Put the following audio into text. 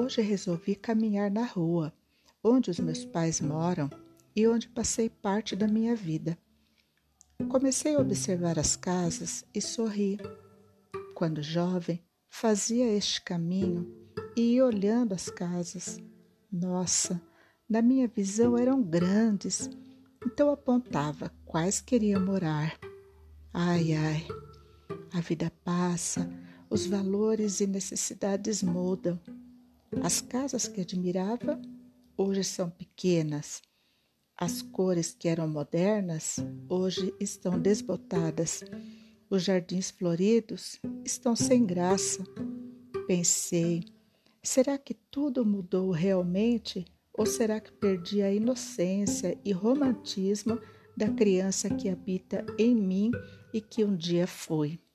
Hoje resolvi caminhar na rua, onde os meus pais moram e onde passei parte da minha vida. Comecei a observar as casas e sorri. Quando jovem, fazia este caminho e ia olhando as casas. Nossa, na minha visão eram grandes, então apontava quais queria morar. Ai, ai, a vida passa, os valores e necessidades mudam. As casas que admirava hoje são pequenas. As cores que eram modernas hoje estão desbotadas. Os jardins floridos estão sem graça. Pensei, será que tudo mudou realmente ou será que perdi a inocência e romantismo da criança que habita em mim e que um dia fui?